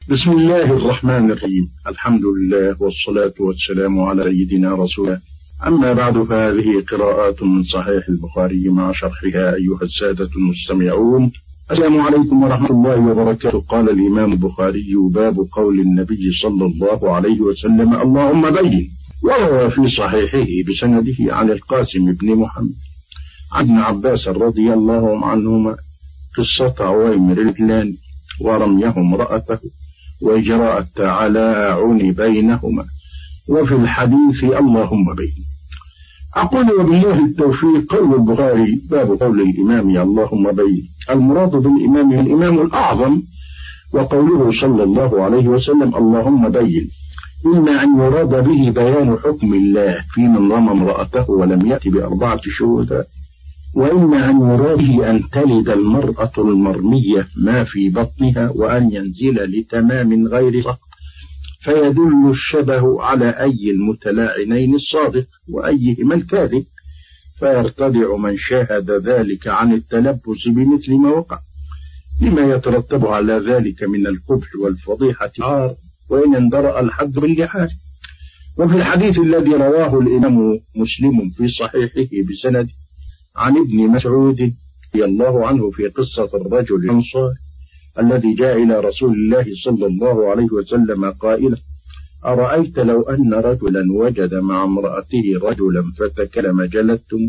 بسم الله الرحمن الرحيم. الحمد لله والصلاة والسلام على سيدنا رسول الله. أما بعد، فهذه قراءات من صحيح البخاري مع شرحها أيها السادة المستمعون. السلام عليكم ورحمة الله وبركاته. قال الإمام البخاري: باب قول النبي صلى الله عليه وسلم: اللهم بين. وروى في صحيحه بسنده عن القاسم بن محمد عن ابن عباس رضي الله عنهما قصة عويمر الهلالي ورميه امرأته وإجراء التلاعن بينهما، وفي الحديث اللهم بين. أقول وبالله التوفيق. قول البخاري: باب قول الإمام اللهم بين. المراد بالإمام الإمام الأعظم، وقوله صلى الله عليه وسلم اللهم بين إما أن يراد به بيان حكم الله في من رمى امرأته ولم يأت بأربعة شهداء، وإما أن يراد به أن تلد المرأة المرمية ما في بطنها وأن ينزل لتمام غير سقط، فيدل الشبه على أي المتلاعنين الصادق وأيهما الكاذب، فيرتدع من شاهد ذلك عن التلبس بمثل ما وقع، لما يترتب على ذلك من القبح والفضيحة عار، وإن اندرأ الحد باللحاف. وفي الحديث الذي رواه الإمام مسلم في صحيحه بسند عن ابن مسعود رضي الله عنه في قصة الرجل الأنصاري الذي جاء إلى رسول الله صلى الله عليه وسلم قائلا: أرأيت لو أن رجلا وجد مع امرأته رجلا فتكلم جلدتم،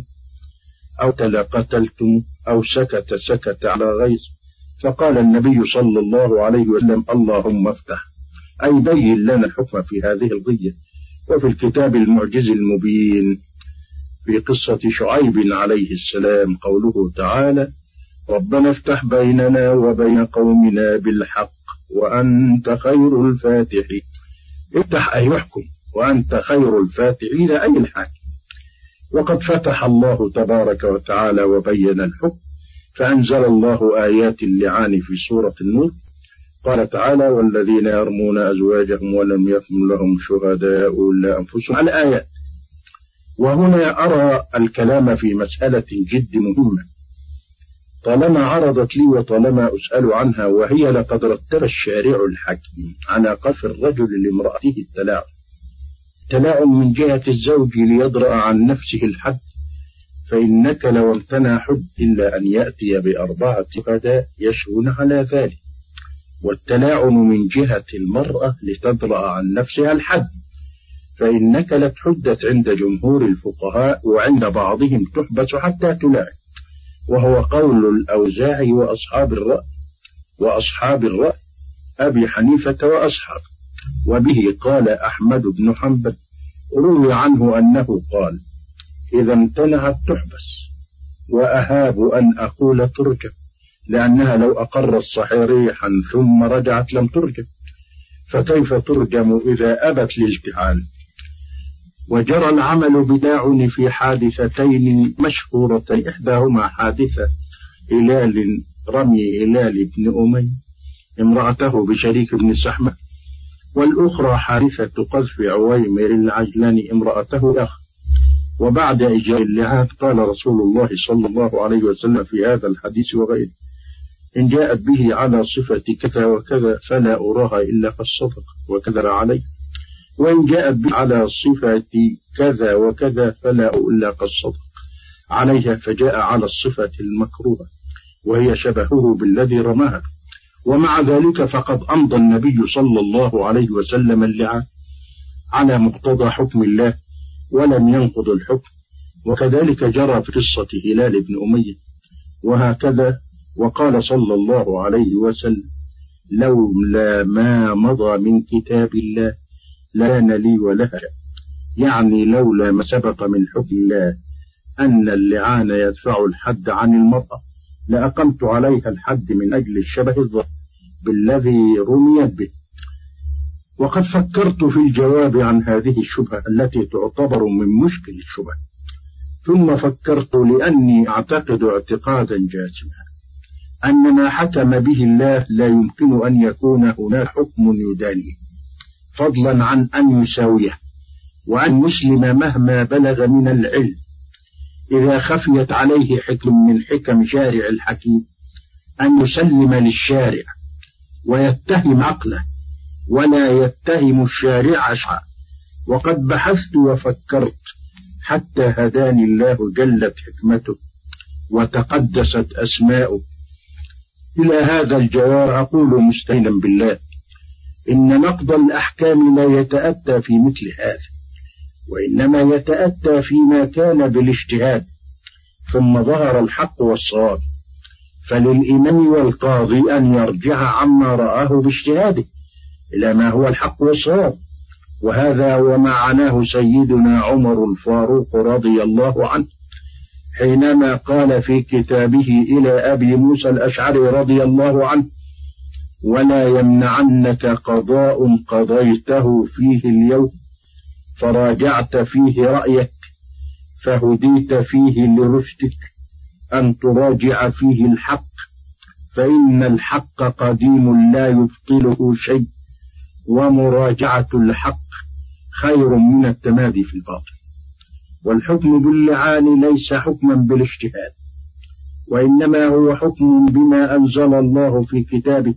أو قتلتم، أو سكت على غيظ؟ فقال النبي صلى الله عليه وسلم: اللهم افتح، أي بين لنا الحكم في هذه القضية. وفي الكتاب المعجز المبين في قصة شعيب عليه السلام قوله تعالى: ربنا افتح بيننا وبين قومنا بالحق وأنت خير الفاتحين. افتح أي يحكم، وأنت خير الفاتحين أي الحاكم. وقد فتح الله تبارك وتعالى وبين الحكم، فأنزل الله آيات اللعان في سورة النور. قال تعالى: والذين يرمون أزواجهم ولم يكن لهم شهداء إلا أنفسهم، الآيات. وهنا أرى الكلام في مسألة جد مهمة طالما عرضت لي وطالما أسأل عنها، وهي: لقد رتب الشارع الحكيم على قذف الرجل لامرأته التلاعن من جهة الزوج ليدرأ عن نفسه الحد، فإنك لو امتنع حد إلا أن يأتي بأربعة شهداء يشهدون على ذلك، والتلاعن من جهة المرأة لتدرأ عن نفسها الحد، فإنك لتحدث عند جمهور الفقهاء، وعند بعضهم تحبس حتى تلاعن، وهو قول الأوزاعي وأصحاب الرأي أبي حنيفة وأصحاب. وبه قال أحمد بن حنبل، روي عنه أنه قال: إذا امتنعت تحبس، وأهاب أن أقول ترجم، لأنها لو أقرت صحيحا ثم رجعت لم ترجم، فكيف ترجم إذا أبت الالتعان؟ وجرى العمل بتلاعن في حادثتين مشهورتين، إحداهما حادثة رمي هلال بن أمية امرأته بشريك بن سحمة، والأخرى حادثة قذف عويمر العجلاني امرأته أخ. وبعد إجراء اللعان قال رسول الله صلى الله عليه وسلم في هذا الحديث وغيره: إن جاءت به على صفة كذا وكذا فلا أراها إلا قد صدق وكذب عليه، وإن جاءت به على صفة كذا وكذا فلا إلا قد صدق عليها، فجاء على الصفة المكروهة وهي شبهه بالذي رماها. ومع ذلك فقد أمضى النبي صلى الله عليه وسلم اللعان على مقتضى حكم الله ولم ينقض الحكم، وكذلك جرى في قصة هلال بن أمية وهكذا. وقال صلى الله عليه وسلم: لولا ما مضى من كتاب الله لان لي ولها، يعني لولا ما سبق من حكم الله أن اللعان يدفع الحد عن المرأة لأقمت عليها الحد من أجل الشبه الظاهر بالذي رميت به. وقد فكرت في الجواب عن هذه الشبهة التي تعتبر من مشكل الشبه، ثم فكرت لأني أعتقد اعتقادا جازما أن ما حكم به الله لا يمكن أن يكون هناك حكم يدانيه، فضلا عن أن يساويه، وأن مسلم مهما بلغ من العلم إذا خفيت عليه حكم من حكم شارع الحكيم أن يسلم للشارع ويتهم عقله ولا يتهم الشارع شرعا. وقد بحثت وفكرت حتى هداني الله جلت حكمته وتقدست أسماؤه إلى هذا الجواب. أقول مستعينا بالله إن نقض الأحكام لا يتأتى في مثل هذا، وإنما يتأتى فيما كان بالاجتهاد ثم ظهر الحق والصواب، فللإمام والقاضي أن يرجع عما رآه باجتهاده إلى ما هو الحق والصواب. وهذا وما عناه سيدنا عمر الفاروق رضي الله عنه حينما قال في كتابه إلى أبي موسى الأشعري رضي الله عنه: ولا يمنعنك قضاء قضيته فيه اليوم فراجعت فيه رأيك فهديت فيه لرشدك أن تراجع فيه الحق، فإن الحق قديم لا يبطله شيء، ومراجعة الحق خير من التمادي في الباطل. والحكم باللعان ليس حكما بالاجتهاد، وإنما هو حكم بما أنزل الله في كتابه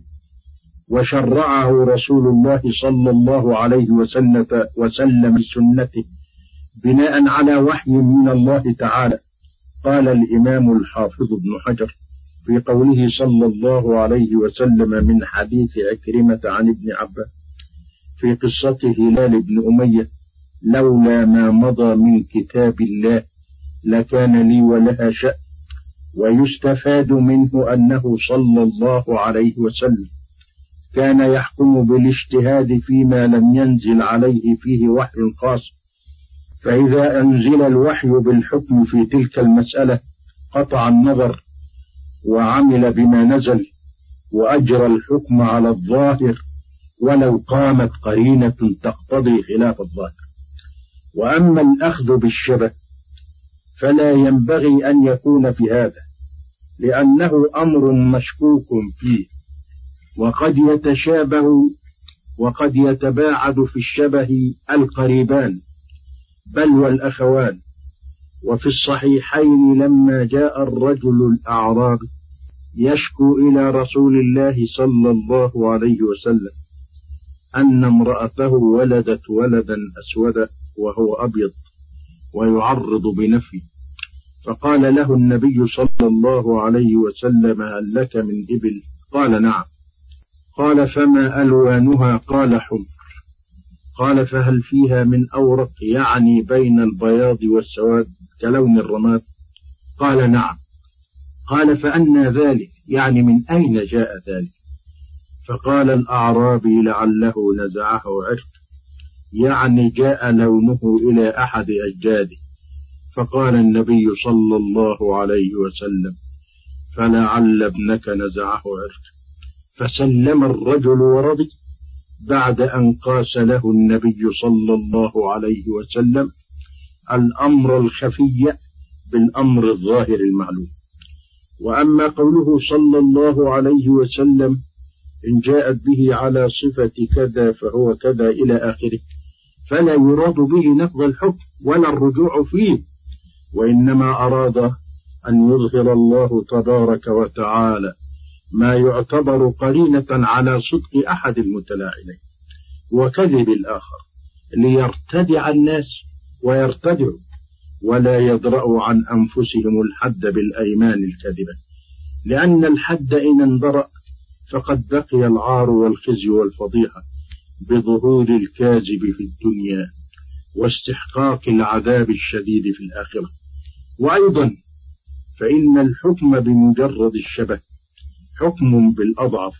وشرعه رسول الله صلى الله عليه وسلم بسنته بناء على وحي من الله تعالى. قال الإمام الحافظ ابن حجر في قوله صلى الله عليه وسلم من حديث عكرمة عن ابن عباس في قصة هلال بن أمية: لولا ما مضى من كتاب الله لكان لي ولها شأن. ويستفاد منه أنه صلى الله عليه وسلم كان يحكم بالاجتهاد فيما لم ينزل عليه فيه وحي خاص، فإذا أنزل الوحي بالحكم في تلك المسألة قطع النظر وعمل بما نزل وأجرى الحكم على الظاهر ولو قامت قرينة تقتضي خلاف الظاهر. وأما الأخذ بالشبه فلا ينبغي أن يكون في هذا، لأنه أمر مشكوك فيه، وقد يتشابه وقد يتباعد في الشبه القريبان بل والأخوان. وفي الصحيحين لما جاء الرجل الأعرابي يشكو إلى رسول الله صلى الله عليه وسلم أن امرأته ولدت ولدا أسودا وهو أبيض ويعرض بنفي، فقال له النبي صلى الله عليه وسلم: هل لك من إبل؟ قال: نعم. قال: فما ألوانها؟ قال: حمر. قال: فهل فيها من أورق، يعني بين البياض والسواد كلون الرماد؟ قال: نعم. قال: فأنى ذلك، يعني من أين جاء ذلك؟ فقال الأعرابي: لعله نزعه عرق، يعني جاء لونه إلى أحد أجداده. فقال النبي صلى الله عليه وسلم: فلعل ابنك نزعه عرق. فسلم الرجل ورضي، بعد أن قاس له النبي صلى الله عليه وسلم الأمر الخفي بالأمر الظاهر المعلوم. وأما قوله صلى الله عليه وسلم: إن جاءت به على صفة كذا فهو كذا إلى آخره، فلا يراد به نقض الحكم ولا الرجوع فيه، وإنما أراد أن يظهر الله تبارك وتعالى ما يعتبر قرينة على صدق أحد المتلاعنين وكذب الآخر، ليرتدع الناس ويرتدعوا ولا يدرأوا عن أنفسهم الحد بالأيمان الكاذبة، لأن الحد إن اندرأ فقد بقي العار والخزي والفضيحة بظهور الكاذب في الدنيا واستحقاق العذاب الشديد في الآخرة. وأيضا فإن الحكم بمجرد الشبه حكم بالأضعف،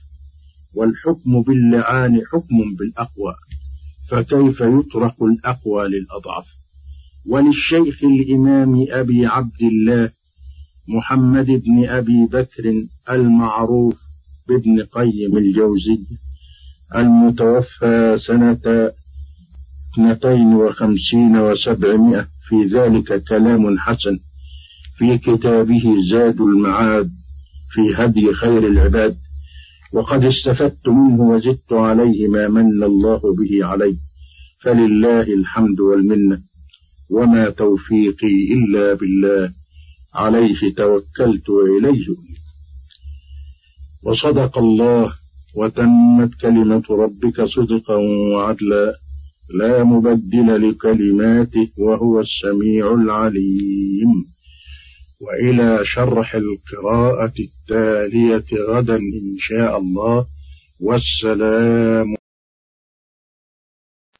والحكم باللعان حكم بالأقوى، فكيف يطرق الأقوى للأضعف؟ وللشيخ الإمام أبي عبد الله محمد بن أبي بكر المعروف بابن قيم الجوزي المتوفى سنة 52 و700 في ذلك كلام حسن في كتابه زاد المعاد في هدي خير العباد، وقد استفدت منه وزدت عليه ما من الله به علي، فلله الحمد والمنة، وما توفيقي إلا بالله، عليه توكلت وإليه أنيب. وصدق الله وتمت كلمة ربك صدقا وعدلا لا مبدل لكلماته وهو السميع العليم. وإلى شرح القراءة التالية غدا إن شاء الله، والسلام